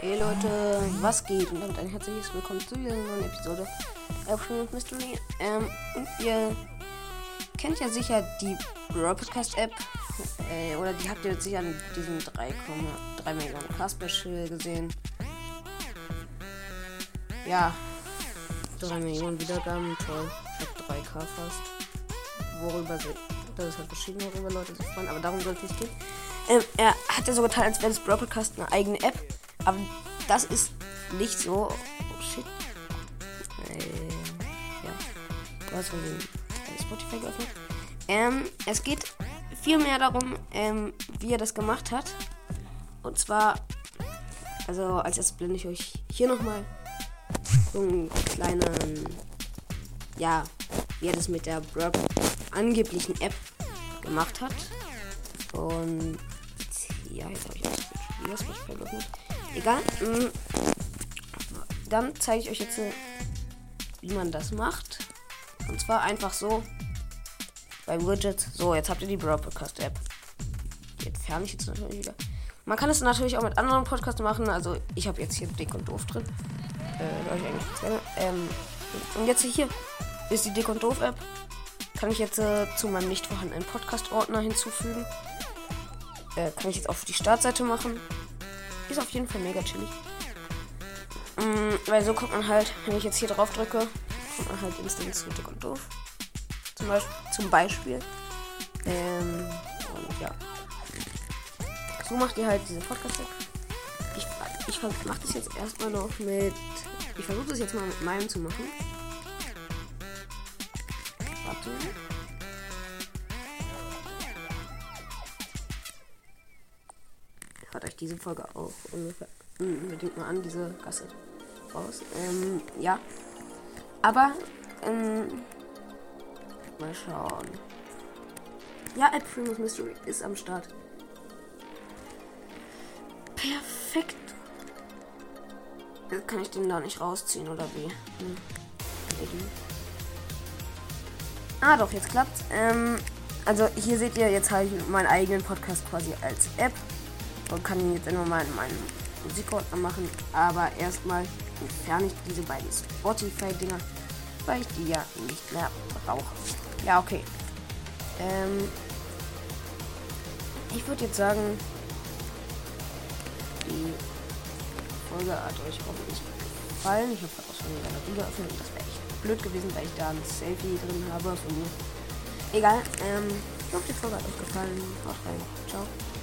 Hey Leute, was geht? Und damit ein herzliches Willkommen zu dieser neuen Episode F Mystery. Und ihr kennt ja sicher die Brawl Podcast App. Oder die habt ihr jetzt sicher an diesem 3,3 Millionen Special gesehen. Ja, 3 Millionen Wiedergaben, toll. Ich hab 3K fast. Worüber sie. Das ist halt verschieden, worüber Leute sich freuen, aber darum soll es nicht gehen. Er hat ja so getan, als wäre das Brawl Podcast eine eigene App. Aber das ist nicht so. Oh shit. Ja. Du hast Spotify geöffnet. Es geht viel mehr darum, wie er das gemacht hat. Und zwar, also als erstes blende ich euch hier nochmal so einen kleinen, ja, wie er das mit der Brawl angeblichen App gemacht hat. Und ja, jetzt habe ich das Spotify geöffnet. Egal. Dann zeige ich euch jetzt, wie man das macht. Und zwar einfach so bei Widgets. So, jetzt habt ihr die Brawl Podcast App. Die entferne ich jetzt natürlich wieder. Man kann es natürlich auch mit anderen Podcasts machen. Also ich habe jetzt hier Dick und Doof drin. Ich eigentlich gerne. Und jetzt hier ist die Dick und Doof App. Kann ich jetzt zu meinem nicht vorhandenen Podcast-Ordner hinzufügen. Kann ich jetzt auf die Startseite machen. Ist auf jeden Fall mega chillig. Weil so kommt man halt, wenn ich jetzt hier drauf drücke, kommt man halt instant zu Dick und Doof. Zum Beispiel. Und ja. So macht ihr halt diese Podcast-App. Ich mache das jetzt erstmal noch mit. Ich versuche das jetzt mal mit meinem zu machen. Warte. Hört euch diese Folge auch ungefähr unbedingt mal an, diese Gasse raus. Ja. Aber, mal schauen. Ja, F Mystery ist am Start. Perfekt. Kann ich den da nicht rausziehen, oder wie? Doch, jetzt klappt's. Also hier seht ihr, jetzt habe ich meinen eigenen Podcast quasi als App. Und kann ihn jetzt immer mal in meinen Musikordner machen. Aber erstmal entferne ich diese beiden Spotify-Dinger, weil ich die ja nicht mehr brauche. Ja, okay. Ich würde jetzt sagen, die Folge hat euch hoffentlich gefallen. Ich habe gerade auch schon eine Galerie geöffnet und das wäre echt blöd gewesen, weil ich da ein Selfie drin habe von mir. Egal. Ich hoffe, die Folge hat euch gefallen. Haut rein. Ciao.